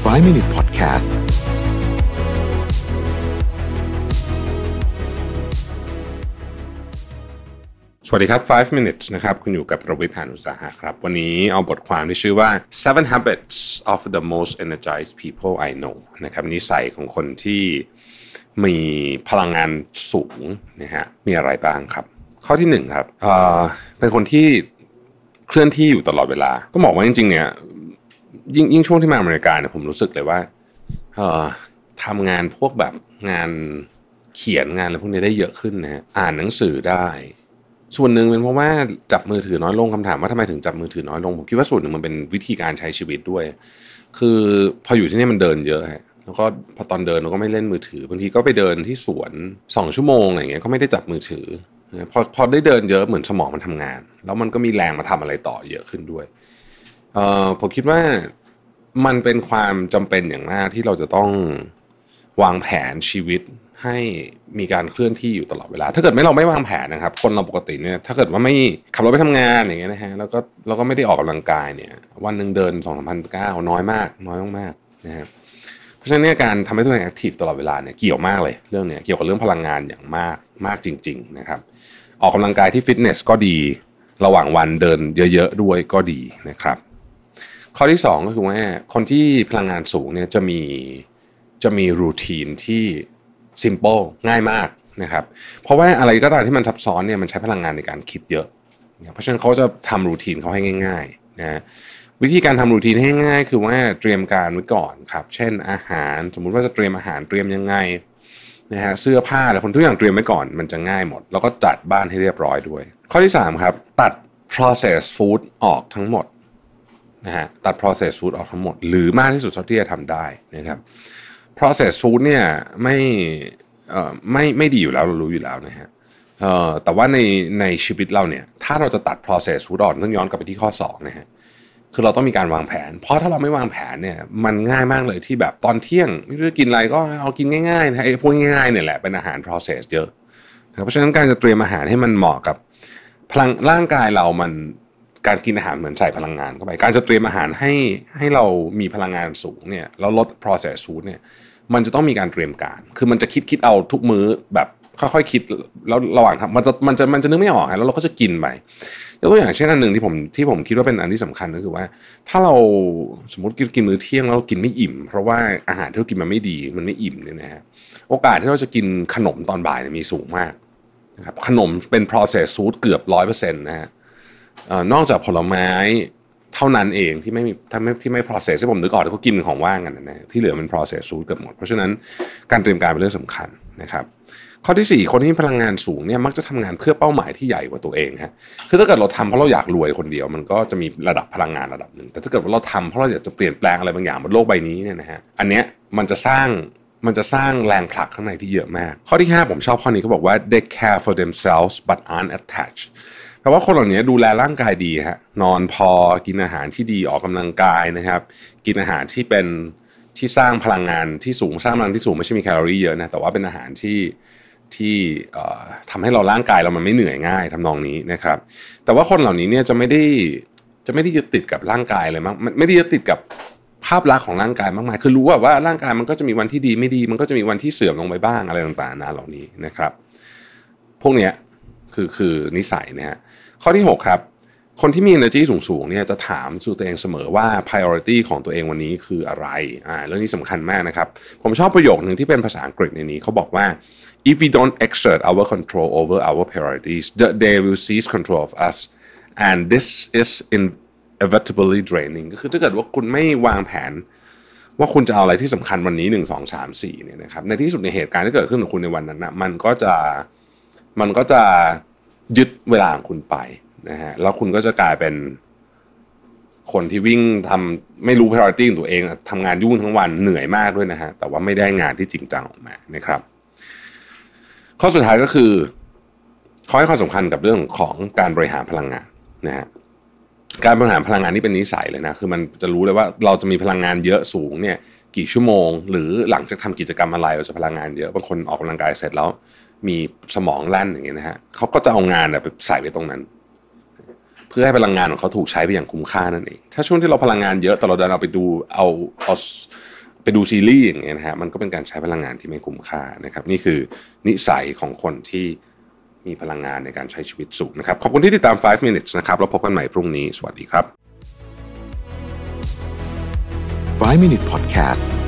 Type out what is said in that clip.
5 Minute Podcast สวัสดีครับ5 minutes นะครับคุณอยู่กับประวิทย์ หาญอุตสาหะครับวันนี้เอาบทความที่ชื่อว่า Seven Habits of the Most Energized People I Know นะครับนิสัยของคนที่มีพลังงานสูงนะฮะมีอะไรบ้างครับข้อที่1ครับเป็นคนที่เคลื่อนที่อยู่ตลอดเวลาก็บอกว่าจริงๆเนี่ยยิ่งช่วงที่มาอเมริกาเนี่ยผมรู้สึกเลยว่าทำงานพวกแบบงานเขียนงานอะไรพวกนี้ได้เยอะขึ้นนะฮะอ่านหนังสือได้ส่วนหนึ่งเป็นเพราะว่าจับมือถือน้อยลงคำถามว่าทำไมถึงจับมือถือน้อยลงผมคิดว่าส่วนหนึ่งมันเป็นวิธีการใช้ชีวิตด้วยคือพออยู่ที่นี่มันเดินเยอะฮะแล้วก็พอตอนเดินเราก็ไม่เล่นมือถือบางทีก็ไปเดินที่สวน2 ชั่วโมงอะไรเงี้ยก็ไม่ได้จับมือถือพอได้เดินเยอะเหมือนสมองมันทำงานแล้วมันก็มีแรงมาทำอะไรต่อเยอะขึ้นด้วยผมคิดว่ามันเป็นความจำเป็นอย่างมากที่เราจะต้องวางแผนชีวิตให้มีการเคลื่อนที่อยู่ตลอดเวลาถ้าเกิดเราไม่วางแผนนะครับคนเราปกติเนี่ยถ้าเกิดว่าไม่ขับรถไปทำงานอย่างเงี้ยนะฮะแล้วก็ไม่ได้ออกกำลังกายเนี่ยวันนึงเดิน 2-3,000 น้อยมากนะฮะเพราะฉะนั้นเนี่ยการทำให้ตัวเองแอคทีฟตลอดเวลาเนี่ยเกี่ยวมากเลยเรื่องเนี้ยเกี่ยวกับเรื่องพลังงานอย่างมากจริงๆนะครับออกกำลังกายที่ฟิตเนสก็ดีระหว่างวันเดินเยอะๆด้วยก็ดีนะครับข้อที่2ก็คือว่าคนที่พลังงานสูงเนี่ยจะมีรูทีนที่simple ง่ายมากนะครับเพราะว่าอะไรก็ตามที่มันซับซ้อนเนี่ยมันใช้พลังงานในการคิดเยอะเพราะฉะนั้นเขาจะทำรูทีนเขาให้ง่ายๆนะวิธีการทำรูทีนให้ง่ายคือว่าเตรียมการไว้ก่อนครับเช่นอาหารสมมุติว่าจะเตรียมอาหารเตรียมยังไงนะฮะเสื้อผ้าอะไรทุกอย่างเตรียมไว้ก่อนมันจะง่ายหมดแล้วก็จัดบ้านให้เรียบร้อยด้วยข้อที่3ครับตัด processed food ออกทั้งหมดนะฮะตัด processed food ออกทั้งหมดหรือมากที่สุดเท่าที่จะทำได้นะครับ processed food เนี่ยไม่ดีอยู่แล้วเรารู้อยู่แล้วนะฮะแต่ว่าในชีวิตเราเนี่ยถ้าเราจะตัด processed food ออกต้องย้อนกลับไปที่ข้อ2นะฮะคือเราต้องมีการวางแผนเพราะถ้าเราไม่วางแผนเนี่ยมันง่ายมากเลยที่แบบตอนเที่ยงไม่รู้จะกินอะไรก็เอากินง่ายๆนะไอ้พวกง่ายๆเนี่ยแหละเป็นอาหาร processed เยอะเพราะฉะนั้นการจะเตรียมอาหารให้มันเหมาะกับพลังร่างกายเรามันการกินอาหารเหมือนใส่พลังงานเข้าไปการจะเตรียมอาหารให้เรามีพลังงานสูงเนี่ยแล้วลด processed food เนี่ยมันจะต้องมีการเตรียมการคือมันจะคิดเอาทุกมื้อแบบค่อยๆคิดแล้วระหว่างทำมันจะนึกไม่ออกแล้วเราก็จะกินไปยกตัวอย่างเช่นอันหนึ่งที่ผมคิดว่าเป็นอันที่สำคัญก็คือว่าถ้าเราสมมติกินมื้อเที่ยงแล้วเรากินไม่อิ่มเพราะว่าอาหารที่เรากินมันไม่ดีมันไม่อิ่มเนี่ยนะฮะโอกาสที่เราจะกินขนมตอนบ่ายเนี่ยมีสูงมากนะครับขนมเป็น processed food เกือบ 100% นะฮะนอกจากผลไม้เท่านั้นเองที่ไม่ process ที่ผมนึกออกที่เขากินของว่างกันนะที่เหลือมัน process food เกือบหมดเพราะฉะนั้นการเตรียมการเป็นเรื่องสำคัญนะครับข้อที่4คนที่มีพลังงานสูงเนี่ยมักจะทำงานเพื่อเป้าหมายที่ใหญ่กว่าตัวเองฮะคือถ้าเกิดเราทำเพราะเราอยากรวยคนเดียวมันก็จะมีระดับพลังงานระดับหนึ่งแต่ถ้าเกิดว่าเราทำเพราะเราอยากจะเปลี่ยนแปลงอะไรบางอย่างบนโลกใบนี้เนี่ยนะฮะอันเนี้ยมันจะสร้างแรงผลักข้างในที่เยอะมากข้อที่5ผมชอบข้อนี้เขาบอกว่า they care for themselves but aren't attachedแปลว่าคนเหล่านี้ดูแลร่างกายดีฮะนอนพอกินอาหารที่ดีออกกำลังกายนะครับกินอาหารที่สร้างพลังงานที่สูงสร้างพลังที่สูงไม่ใช่มีแคลอรี่เยอะนะแต่ว่าเป็นอาหารที่ทำให้เราร่างกายเรามันไม่เหนื่อยง่ายทำนองนี้นะครับแต่ว่าคนเหล่านี้เนี่ยจะไม่ได้ยึดติดกับร่างกายเลยมั้งไม่ได้ยึดติดกับภาพลักษณ์ของร่างกายมากมายคือรู้ว่าร่างกายมันก็จะมีวันที่ดีไม่ดีมันก็จะมีวันที่เสื่อมลงไปบ้างอะไรต่างๆนาเหล่านี้นะครับพวกเนี้ยคือนิสัยนะฮะข้อที่6ครับคนที่มี energy สูงๆเนี่ยจะถามสู่ตัวเองเสมอว่า priority ของตัวเองวันนี้คืออะไรเรื่องนี้สำคัญมากนะครับผมชอบประโยคนึงที่เป็นภาษาอังกฤษในนี้เขาบอกว่า if we don't exert our control over our priorities they will seize control of us and this is inevitably draining ก็คือถ้าเกิดว่าคุณไม่วางแผนว่าคุณจะเอาอะไรที่สำคัญวันนี้1 2 3 4เนี่ยนะครับในที่สุดในเหตุการณ์ที่เกิดขึ้นกับคุณในวันนั้นนะมันก็จะยึดเวลาของคุณไปนะฮะแล้วคุณก็จะกลายเป็นคนที่วิ่งทำไม่รู้ priority ของตัวเองทำงานยุ่งทั้งวันเหนื่อยมากด้วยนะฮะแต่ว่าไม่ได้งานที่จริงจังออกมานะครับข้อสุดท้ายก็คือเขาให้ความสำคัญกับเรื่องของการบริหารพลังงานนะฮะการบริหารพลังงานนี่เป็นนิสัยเลยนะคือมันจะรู้เลยว่าเราจะมีพลังงานเยอะสูงเนี่ยกี่ชั่วโมงหรือหลังจากทำกิจกรรมอะไรเราจะพลังงานเยอะบางคนออกกำลังกายเสร็จแล้วมีสมองแล่นอย่างเงี้ยนะฮะเขาก็จะเอางานไปใส่ไว้ตรงนั้นเพื่อให้พลังงานของเขาถูกใช้ไปอย่างคุ้มค่านั่นเองถ้าช่วงที่เราพลังงานเยอะแต่เราเดินเอาไปดูเอาไปดูซีรีส์อย่างเงี้ยนะฮะมันก็เป็นการใช้พลังงานที่ไม่คุ้มค่านะครับนี่คือนิสัยของคนที่มีพลังงานในการใช้ชีวิตสูงนะครับขอบคุณที่ติดตาม5 minutes นะครับแล้วพบกันใหม่พรุ่งนี้สวัสดีครับ 5 Minute Podcast